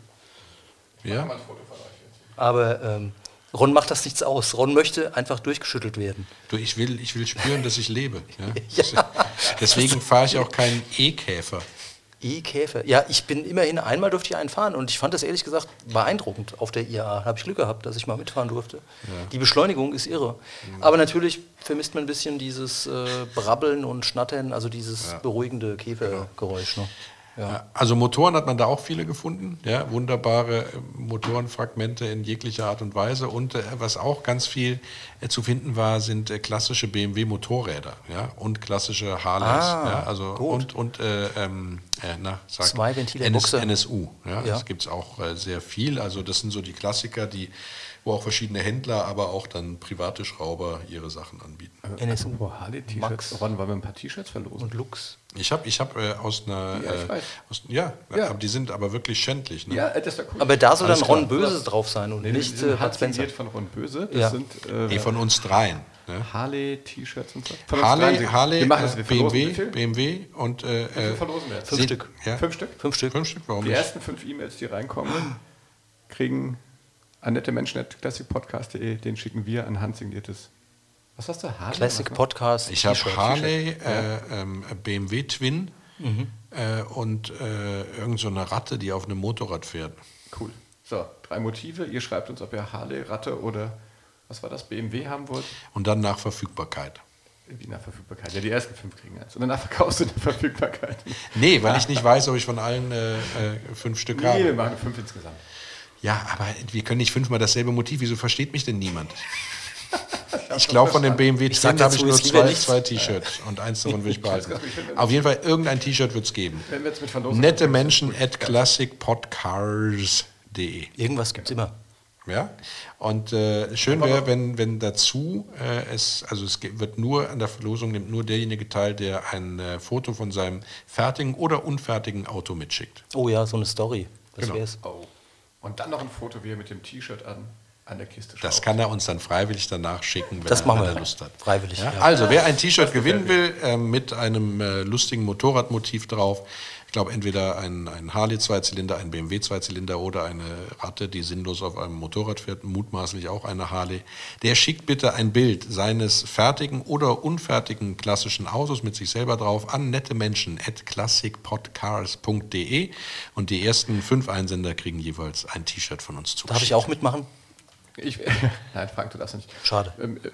Ja? Aber ähm, Ron macht das nichts aus. Ron möchte einfach durchgeschüttelt werden. Du, ich will, ich will spüren, dass ich lebe. Ja? Ja. Deswegen fahre ich auch keinen E-Käfer. E-Käfer. Ja, ich bin immerhin, einmal durfte ich einen fahren und ich fand das ehrlich gesagt beeindruckend auf der I A A. Da habe ich Glück gehabt, dass ich mal mitfahren durfte. Die Beschleunigung ist irre. Aber natürlich vermisst man ein bisschen dieses äh, Brabbeln und Schnattern, also dieses beruhigende Käfergeräusch. Ne? Ja. Also Motoren hat man da auch viele gefunden, ja, wunderbare äh, Motorenfragmente in jeglicher Art und Weise und äh, was auch ganz viel äh, zu finden war, sind äh, klassische B M W-Motorräder, ja, und klassische Harleys, Ah, ja, also gut. und und äh, ähm, äh, na, sag, Zwei Ventile N S, Boxer. N S U, ja, Ja. das gibt es auch äh, sehr viel, also das sind so die Klassiker, die wo auch verschiedene Händler, aber auch dann private Schrauber ihre Sachen anbieten. N S U, Apropos Harley-T-Shirts. Max Wann wollen wir ein paar T-Shirts verlosen? und Lux. Ich habe ich hab, äh, aus einer, Ja, ich äh, weiß. aus, ja, Ja. aber die sind aber wirklich schändlich. Ne? Ja, äh, das ist ja cool. Aber da soll Alles dann Ron klar. Böse drauf sein und Nee, nicht die sind äh, Bud Spencer. handsigniert von Ron Böse. Das Ja. sind äh, Nee, von uns dreien. Ne? Harley-T-Shirts und so. Von uns Harley, dreien. Harley wir machen das, wir äh, B M verlosen W, wie viel? B M W und äh, Wie viel äh, verlosen wir jetzt? Fünf sind- Stück. Ja, Fünf Stück? Fünf Stück. Fünf Stück, warum Die nicht? ersten fünf E-Mails, die reinkommen, kriegen annette Menschen at classicpodcast punkt de, den schicken wir ein handsigniertes. Was hast du? Harley? Classic Was noch? Podcast. Ich habe T-Shirt. Harley, äh, ähm, B M W Twin äh, und äh, irgend so eine Ratte, die auf einem Motorrad fährt. Cool. So, drei Motive. Ihr schreibt uns, ob ihr Harley, Ratte oder was war das, B M W haben wollt. Und dann nach Verfügbarkeit. Wie nach Verfügbarkeit. Ja, die ersten fünf kriegen eins. Und danach verkaufst du die Verfügbarkeit. Nee, weil ich nicht weiß, ob ich von allen äh, äh, fünf Stück Nee, wir habe. machen fünf insgesamt. Ja, aber wir können nicht fünfmal dasselbe Motiv. Wieso versteht mich denn niemand? Ich glaube, von den B M W Ich sag Twin habe ich dazu nur jetzt lieber zwei, nichts. zwei T-Shirts und eins davon will ich behalten. Ich finde, wenn- Auf jeden Fall, irgendein T-Shirt wird es geben. Wenn wir jetzt mit Verlosung Nette Menschen at classic podcars punkt de. Irgendwas gibt's immer. Ja? Und äh, schön wäre, wenn, wenn dazu äh, es, also es ge- wird nur an der Verlosung nimmt nur derjenige teil, der ein äh, Foto von seinem fertigen oder unfertigen Auto mitschickt. Oh ja, so eine Story. Das Genau. wär's. Oh. Und dann noch ein Foto, wie er mit dem T-Shirt an an der Kiste schraubt. Das kann er uns dann freiwillig danach schicken, wenn, Das er, machen wenn wir. er Lust hat. Freiwillig, Ja? ja. Also, wer ein T-Shirt gewinnen will, äh, mit einem äh, lustigen Motorradmotiv drauf, ich glaube entweder ein, ein Harley-Zweizylinder, ein B M W-Zweizylinder oder eine Ratte, die sinnlos auf einem Motorrad fährt, mutmaßlich auch eine Harley, der schickt bitte ein Bild seines fertigen oder unfertigen klassischen Autos mit sich selber drauf an nettemenschen at classicpodcars punkt de und die ersten fünf Einsender kriegen jeweils ein T-Shirt von uns zugeschickt. Darf ich auch mitmachen? Ich, nein, Frank, du darfst nicht. Schade. Ähm, äh,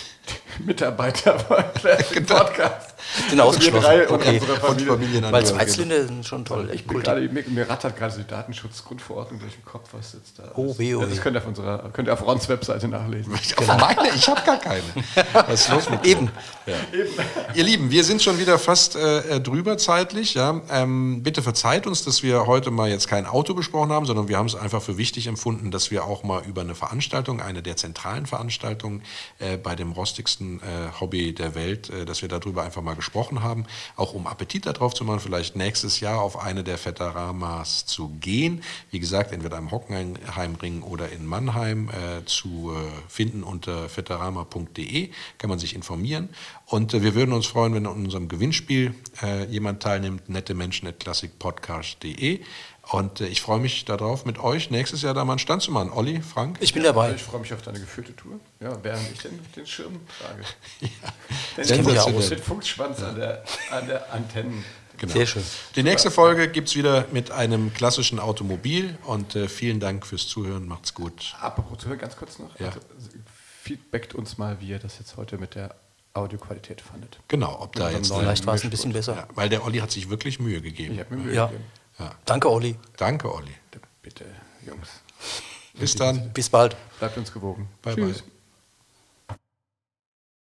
Mitarbeiter von Classic Podcast. Sind Also wir ausgeschlossen. drei und Okay. unsere Und Familie. Weil Familienangehörige. Zweizylinder sind schon toll. Ich Echt bin cool. gerade, mir, mir rattert gerade die Datenschutzgrundverordnung durch den Kopf, was jetzt da Oh, ist. weh, oh, Ja, das weh. könnt ihr auf unserer, könnt ihr auf Rons Webseite nachlesen. Auf meine? Ich habe gar keine. Was ist los mit dir? Eben. Ja. Ihr Lieben, wir sind schon wieder fast äh, drüber zeitlich. Ja? Ähm, bitte verzeiht uns, dass wir heute mal jetzt kein Auto besprochen haben, sondern wir haben es einfach für wichtig empfunden, dass wir auch mal über eine Veranstaltung, eine der zentralen Veranstaltungen äh, bei dem rostigsten äh, Hobby der Welt, äh, dass wir darüber einfach mal gesprochen haben, auch um Appetit darauf zu machen, vielleicht nächstes Jahr auf eine der Fetaramas zu gehen. Wie gesagt, entweder im Hockenheimring oder in Mannheim äh, zu äh, finden unter fetarama punkt de, kann man sich informieren. Und äh, wir würden uns freuen, wenn an unserem Gewinnspiel äh, jemand teilnimmt, nettemenschen at classicpodcast punkt de. Und äh, ich freue mich darauf, mit euch nächstes Jahr da mal einen Stand zu machen. Olli, Frank? Ich bin dabei. Ich freue mich auf deine geführte Tour. Ja, während ich den, den Schirm trage. Ja. Den, kenn mich ja den, aus. den Fuchsschwanz an der, an der Antennen. Genau. Sehr schön. Die nächste Folge gibt es wieder mit einem klassischen Automobil. Und äh, vielen Dank fürs Zuhören. Macht's gut. Apropos Zuhören, ganz kurz noch. Ja. Also, feedbackt uns mal, wie ihr das jetzt heute mit der Audioqualität fandet. Genau, ob da Ja, jetzt... dann äh, Vielleicht war es ein bisschen besser. ja, weil der Olli hat sich wirklich Mühe gegeben. Ich habe mir Mühe Ja. gegeben. Ja. Danke, Olli. Danke, Olli. Bitte, Jungs. Bis dann. Bis bald. Bleibt uns gewogen. Bye, Tschüss. bye.